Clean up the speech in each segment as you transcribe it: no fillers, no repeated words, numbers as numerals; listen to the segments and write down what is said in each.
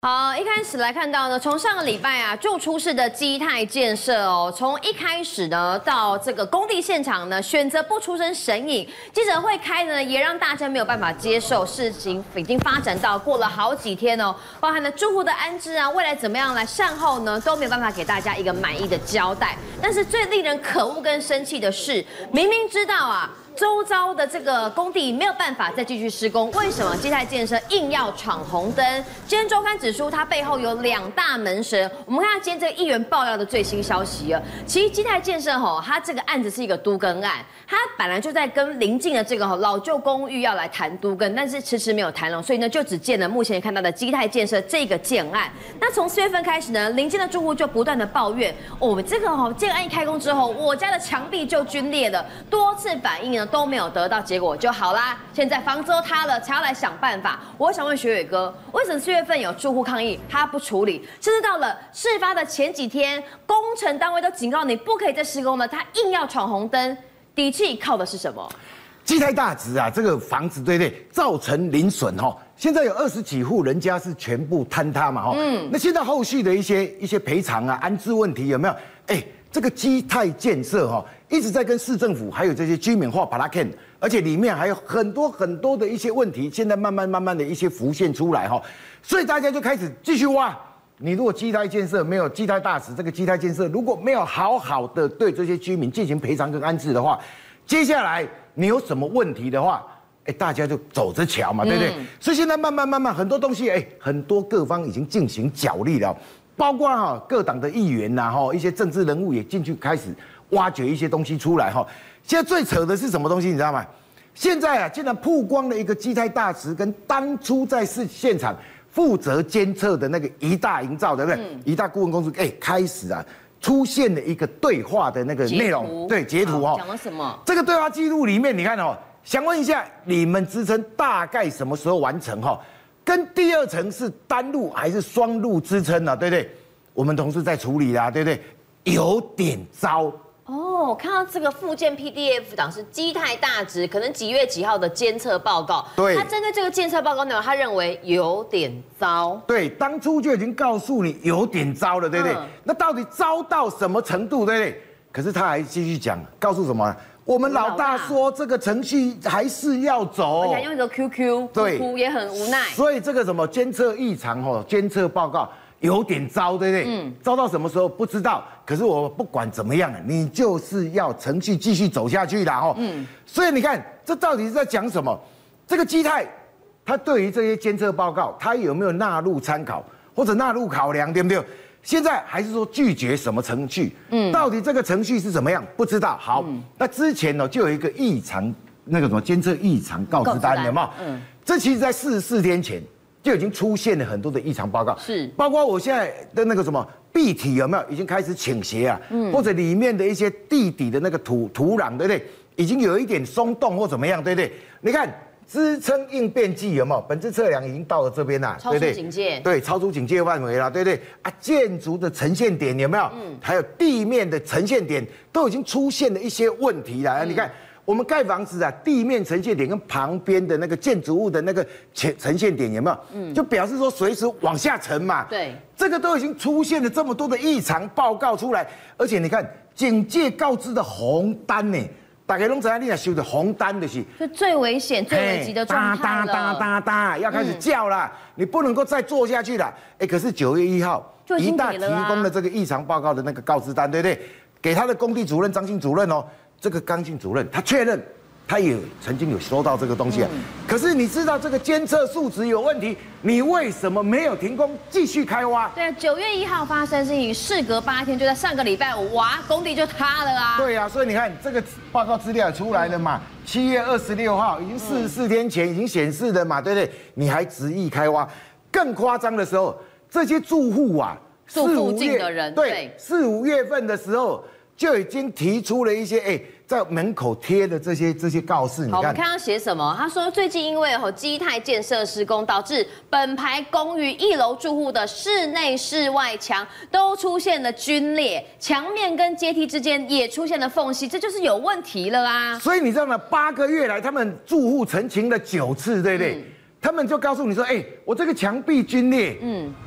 好，一开始来看到呢，从上个礼拜啊，就出事的基泰建设哦，从一开始呢到这个工地现场呢，选择不出声神隐，记者会开的呢，也让大家没有办法接受。事情已经发展到过了好几天哦，包含了住户的安置啊，未来怎么样来善后呢，都没有办法给大家一个满意的交代。但是最令人可恶跟生气的是，明明知道啊。 周遭的这个工地没有办法再继续施工，为什么基泰建设硬要闯红灯？今天周刊指出，它背后有2大门神。我们看到今天这个议员爆料的最新消息了。其实基泰建设它这个案子是一个都更案，它本来就在跟邻近的这个老旧公寓要来谈都更，但是迟迟没有谈拢，所以呢就只建了目前看到的基泰建设这个建案。那从4月份开始呢，邻近的住户就不断的抱怨，我们这个建案一开工之后，我家的墙壁就皲裂了，多次反映呢。 都没有得到结果就好啦，现在房子都塌了，才要来想办法。我想问学伟哥，为什么4月份有住户抗议，他不处理，甚至到了事发的前几天，工程单位都警告你不可以再施工了，他硬要闯红灯，底气靠的是什么？ 基泰大直啊，这个房子对不对？造成邻损现在有20几户人家是全部坍塌嘛那现在后续的一些赔偿啊、安置问题有没有？这个基泰建设一直在跟市政府还有这些居民把它看，而且里面还有很多的一些问题，现在慢慢的一些浮现出来所以大家就开始继续挖。你如果基泰建设没有基泰大直这个基泰建设如果没有好好的对这些居民进行赔偿跟安置的话，接下来你有什么问题的话，大家就走着瞧嘛，对不对？所以现在慢慢很多东西很多各方已经进行角力了。 包括各党的议员呐，一些政治人物也进去开始挖掘一些东西出来现在最扯的是什么东西，你知道吗？现在竟然曝光了一个基泰大直跟当初在现场负责监测的那个宜大营造，对不对？宜大顾问公司开始出现了一个对话的那个内容，对截图讲了什么？ 这个对话记录里面，你看想问一下，你们支撑大概什么时候完成跟第2层是单路还是双路支撑对不对？我们同事在处理啦，对不对？有点糟哦。看到这个附件 PDF 档是基泰大直，可能几月几号的监测报告。 对， 他针对这个监测报告内容，他认为有点糟。 对，当初就已经告诉你有点糟了，对不对？那到底糟到什么程度，对不对？可是他还继续讲，告诉什么？ 我们老大说这个程序还是要走， 而且用一个 QQ， 对，也很无奈。 所以这个什么监测异常监测报告有点糟，对不对？糟到什么时候不知道。可是我不管怎么样，你就是要程序继续走下去啦所以你看，这到底是在讲什么？这个基泰，他对于这些监测报告，他有没有纳入参考或者纳入考量，对不对？ 现在还是说拒绝什么程序？到底这个程序是怎么样？不知道。好，那之前就有一个异常那个什么监测异常告知单，有没有？这其实在44天前就已经出现了很多的异常报告， 是包括我现在的那个什么壁体有没有已经开始倾斜啊？或者里面的一些地底的那个土壤，对不对？已经有一点松动或怎么样，对不对？你看。 支撑应变计有没有？本次测量已经到了这边啦， 超出警戒， 对，超出警戒范围了，对不对？建筑的呈现点有没有？还有地面的呈现点都已经出现了一些问题了。你看，我们盖房子地面呈现点跟旁边的那个建筑物的那个呈现点有没有？就表示说随时往下沉嘛。 对， 这个都已经出现了这么多的异常报告出来，而且你看警戒告知的红单呢。 大家拢知道，你若收到红单的是， 就最危险、最危急的状态了。 哒，要开始叫啦！你不能够再做下去了。可是9月1号，宜大提供了这个异常报告的那个告知单，对不对？给他的工地主任张姓主任这个张姓主任他确认，他也曾经有收到这个东西可是你知道这个监测数值有问题，你为什么没有停工继续开挖？ 对啊，9月1号发生事情，事隔8天，就在上个礼拜5，哇，工地就塌了啊！ 对啊，所以你看这个报告资料也出来了嘛，7月26号已经44天前已经显示的嘛，对不对？你还执意开挖，更夸张的时候，这些住户住附近的人， 对，4、5月份的时候就已经提出了一些在门口贴的这些告示，你看， 我们看他写什么？他说最近因为基泰建设施工，导致本排公寓1楼住户的室内、室外墙都出现了皲裂，墙面跟阶梯之间也出现了缝隙，这就是有问题了啊！ 所以你知道吗？8个月来，他们住户澄清了9次，对不对？他们就告诉你说，我这个墙壁皲裂，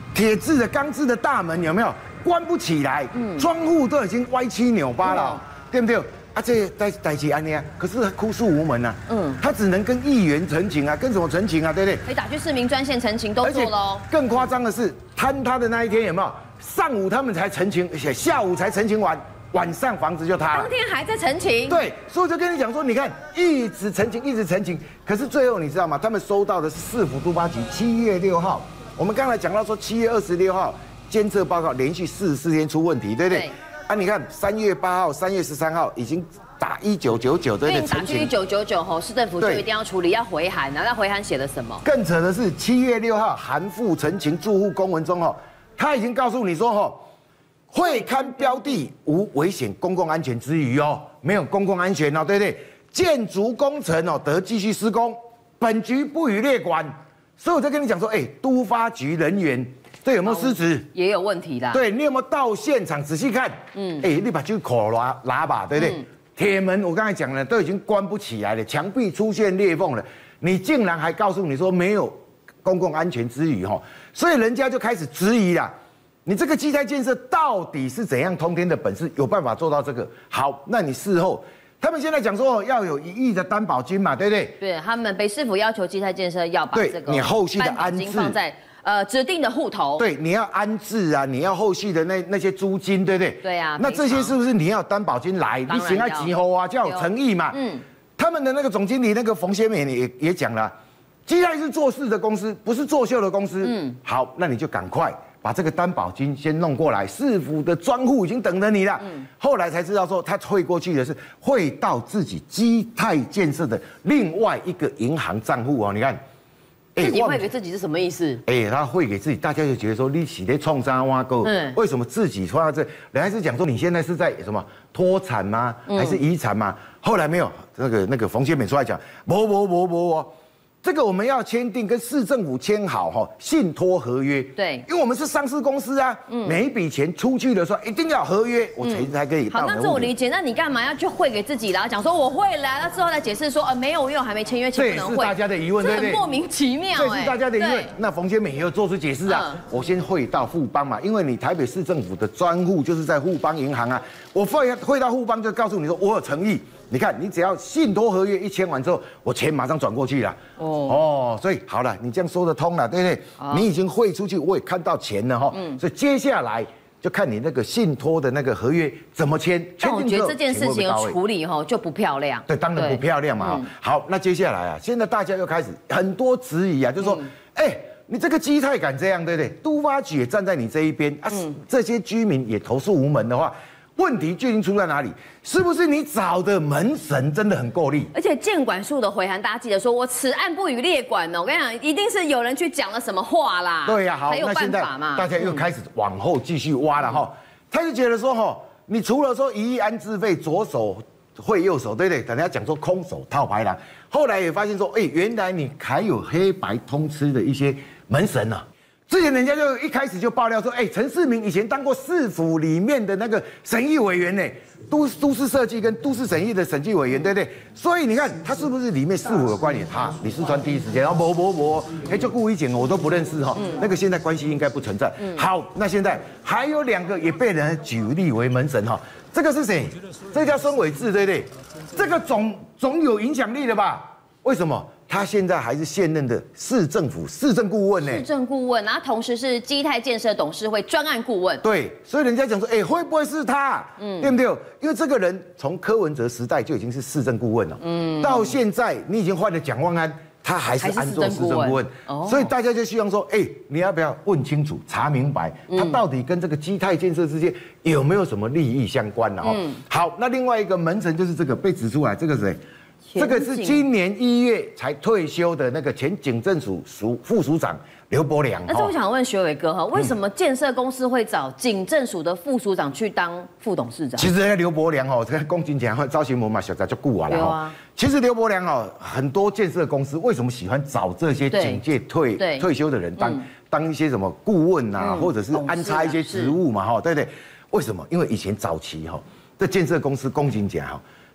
铁质的、钢制的大门有没有关不起来？窗户都已经歪七扭八了，对不对？啊，这代志安尼啊，可是哭诉无门啊。他只能跟议员陈情啊，跟什么陈情啊，对不对？ 可以打去市民专线陈情都做喽。 更夸张的是，坍塌的那一天有没有？上午他们才陈情，而且下午才陈情完，晚上房子就塌了。 当天还在陈情。 对，所以我就跟你讲说，你看一直陈情，一直陈情，可是最后你知道吗？他们收到的是市府都发局7月6号，我们刚才讲到说7月26号监测报告连续44天出问题，对不对？啊，你看3月8号、3月13号已经打1999，对不对？ 打去1999后，市政府就一定要处理，要回函啊。那回函写了什么？ 更扯的是7月6号函复陈情住户公文中他已经告诉你说会勘标的无危险公共安全之余没有公共安全对不对？建筑工程得继续施工，本局不予列管。所以我在跟你讲说，都发局人员这有没有失职？也有问题啦。 对，你有没有到现场仔细看？你把这个口拉吧，对不对？铁门我刚才讲了，都已经关不起来了，墙壁出现裂缝了，你竟然还告诉你说没有公共安全之余所以人家就开始质疑啦。你这个基泰建设到底是怎样通天的本事，有办法做到这个？好，那你事后，他们现在讲说要有1亿的担保金嘛，对不对？ 对，他们北市府要求基泰建设要把这个你后续的安置放在指定的户头。 对，你要安置啊，你要后续的那些租金，对不对？ 对啊。 那这些是不是你要担保金来？你先要集合啊，就要有诚意嘛。他们的那个总经理那个冯先美也讲了，基泰是做事的公司，不是作秀的公司。好，那你就赶快把这个担保金先弄过来，市府的专户已经等着你了。后来才知道说，他汇过去的是汇到自己基泰建设的另外一个银行账户你看， 自己汇给自己是什么意思？ 他汇给自己，大家就觉得说你是在创啥挖沟？为什么自己放到这？人家是讲说你现在是在什么脱产吗？还是遗产吗？后来没有，那个冯先美出来讲，不。这个我们要签订跟市政府签好信托合约， 对， 因为我们是上市公司啊，每一笔钱出去的时候一定要合约，我才可以。 好，那这我理解，那你干嘛要去汇给自己啦？讲说我汇了，那之后再解释说没有，因为我还没签约，钱不能汇。 这也是大家的疑问， 对不对？莫名其妙， 这是大家的疑问。那冯先美也有做出解释啊，我先汇到富邦嘛，因为你台北市政府的专户就是在富邦银行啊，我汇到富邦就告诉你说我有诚意。你看，你只要信托合约一签完之后，我钱马上转过去了。所以好了，你这样说得通了，对不对？你已经汇出去，我也看到钱了所以接下来就看你那个信托的那个合约怎么签。 但我觉得这件事情的处理就不漂亮。 对，当然不漂亮嘛。好，那接下来现在大家又开始很多质疑就说，你这个基泰敢这样，对不对？都发局也站在你这一边这些居民也投诉无门的话。问题究竟出在哪里？是不是你找的门神真的很够力？ 而且建管处的回函，大家记得说，我此案不予列管我跟你讲，一定是有人去讲了什么话啦。 对呀，好，那现在大家又开始往后继续挖了他就觉得说你除了说1亿安置费，左手汇右手，对不对？等下讲说空手套白狼，后来也发现说，原来你还有黑白通吃的一些门神呢。之前人家就一开始就爆料说，陈世明以前当过市府里面的那个审议委员呢，都市设计跟都市审议的审计委员，对不对？所以你看他是不是里面市府有关联？李世川第一时间，就故意讲我都不认识那个现在关系应该不存在。好，那现在还有2个也被人举例为门神这个是谁？这叫孙伟智，对不对？这个总有影响力的吧？为什么？他现在还是现任的市政府市政顾问呢？ 市政顾问，然后同时是基泰建设董事会专案顾问。 对，所以人家讲说，会不会是他？对不对？因为这个人从柯文哲时代就已经是市政顾问了，到现在你已经换了蒋万安，他还是安做市政顾问。所以大家就希望说，你要不要问清楚、查明白，他到底跟这个基泰建设之间有没有什么利益相关呢？好，那另外一个门神就是这个被指出来，这个谁？这个是今年1月才退休的那个前警政署副署长刘伯良。 那我想问学伟哥为什么建设公司会找警政署的副署长去当副董事长？ 其实刘伯良这个公警讲赵新文嘛，小早就顾完了其实刘伯良很多建设公司为什么喜欢找这些警界退休的人当一些什么顾问或者是安插一些职务嘛对不对？为什么？因为以前早期这建设公司公警讲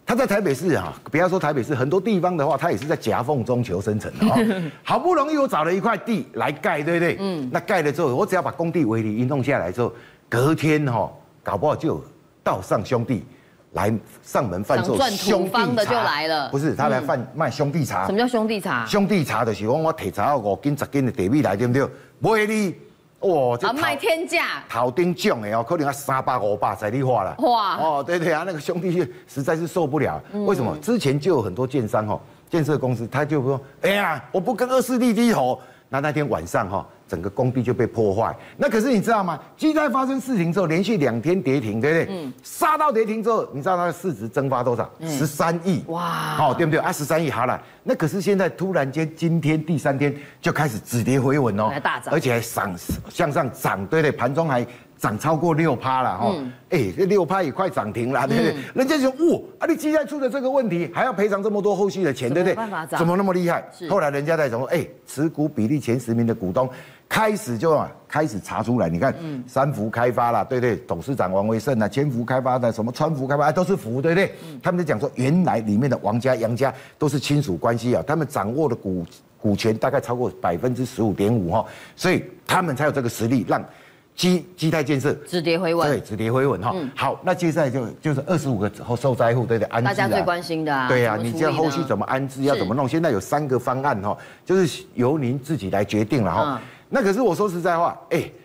它在台北市啊，不要说台北市，很多地方的话，它也是在夹缝中求生存的哦。好不容易我找了一块地来盖，对不对？那盖了之后，我只要把工地围篱一弄下来之后，隔天搞不好就有道上兄弟来上门贩售兄弟茶就来了。 不是，他来卖兄弟茶。 什么叫兄弟茶？ 兄弟茶就是我提茶到5斤10斤的地米来，对不对？卖你。哇， 这卖天价， 头顶奖的可能要300、500才你花了。哇，对啊，那个兄弟实在是受不了。为什么？之前就有很多建商建设公司，他就说，哎呀，我不跟24地低头。那天晚上整个工地就被破坏。那可是你知道吗？基泰发生事情之后，连续2天跌停，对不对？杀到跌停之后，你知道它的市值蒸发多少？13亿。哇，对不对？13亿好了。那可是现在突然间，今天第3天就开始止跌回稳还大涨， 而且还向上涨，对不对？盘中还涨超过6%了这6%也快涨停了，对不对？人家就哇，你基泰出的这个问题，还要赔偿这么多后续的钱，对不对？怎么那么厉害？后来人家在说，持股比例前10名的股东开始查出来，你看三福开发啦，对不对？董事长王维胜啊，千福开发的什么川福开发都是福，对不对？他们就讲说，原来里面的王家、杨家都是亲属关系啊，他们掌握的股权大概超过15.5%所以他们才有这个实力让基泰建设止跌回稳， 对，止跌回稳好，那接下来就是25个受灾户，对不对？安置大家最关心的啊。 对啊，你这样后续怎么安置，要怎么弄？现在有3个方案就是由您自己来决定了那可是我说实在话，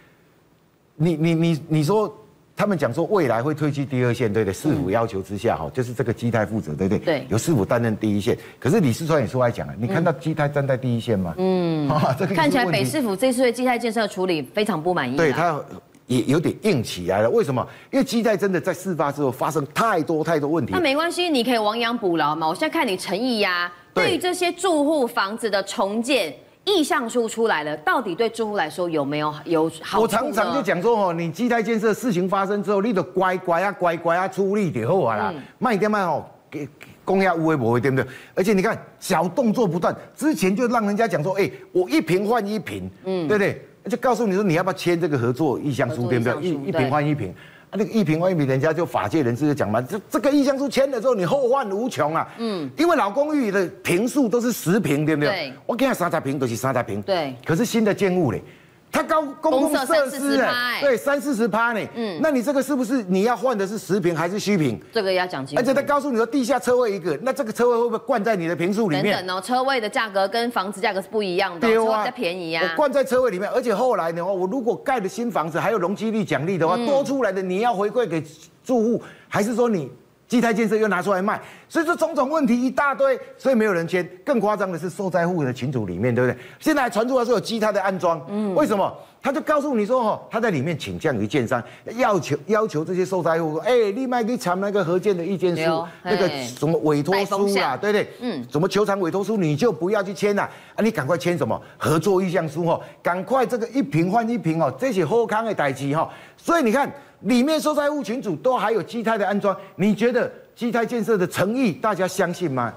你说他们讲说未来会推去第2线，对不对？市府要求之下就是这个基泰负责，对不对？ 对， 由市府担任第1线。可是李世川也出来讲了，你看到基泰站在第1线吗？ 看起来北市府这次对基泰建设的处理非常不满意。 对他也有点硬起来了。为什么？因为基泰真的在事发之后发生太多问题。 那没关系，你可以亡羊补牢嘛。我现在看你诚意呀。对于这些住户房子的重建。意向书出来了，到底对住户来说有没有好处？ 我常常就讲说你基泰建设事情发生之后，你就乖乖啊处理就好啦，慢一点给公下无为不会，对不对？而且你看小动作不断，之前就让人家讲说，我1坪换1坪，对不对？就告诉你说你要不要签这个合作意向书，对不对？一坪换1坪。那个1坪换1坪，人家就法界人士就讲嘛，这个意向书签了之后，你后患无穷啊。因为老公寓的坪数都是10坪，对不对？对。我给他30坪都是30坪。对。可是新的建物嘞，它公共设施对30-40%呢。那你这个是不是你要换的是10坪还是虚坪？ 这个要讲清楚。 而且他告诉你说地下车位1个，那这个车位会不会灌在你的坪数里面？ 等车位的价格跟房子价格是不一样的，车位比较便宜啊。 我灌在车位里面，而且后来呢，我如果盖的新房子还有容积率奖励的话，多出来的你要回馈给住户，还是说你基泰建设又拿出来卖？所以说种种问题一大堆，所以没有人签。更夸张的是受灾户的群组里面，对不对？现在还传出来说有基泰的安装，为什么？他就告诉你说他在里面请降于建商，要求这些受灾户说，立马给签那个合建的意见书，那个什么委托书啦，对不对？什么球场委托书你就不要去签啦，你赶快签什么合作意向书赶快这个1坪换1坪这些好康的代志所以你看里面受灾户群组都还有基泰的安装，你觉得基泰建设的诚意大家相信吗？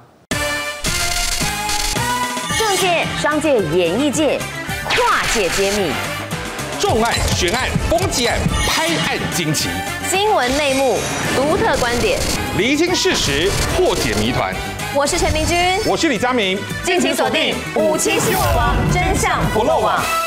政界、商界、演艺界跨界揭秘。 重案、悬案、攻击案、拍案惊奇， 新闻内幕、独特观点， 厘清事实，破解谜团。 我是陈明君， 我是李佳明， 敬请锁定57新闻网，真相不漏网。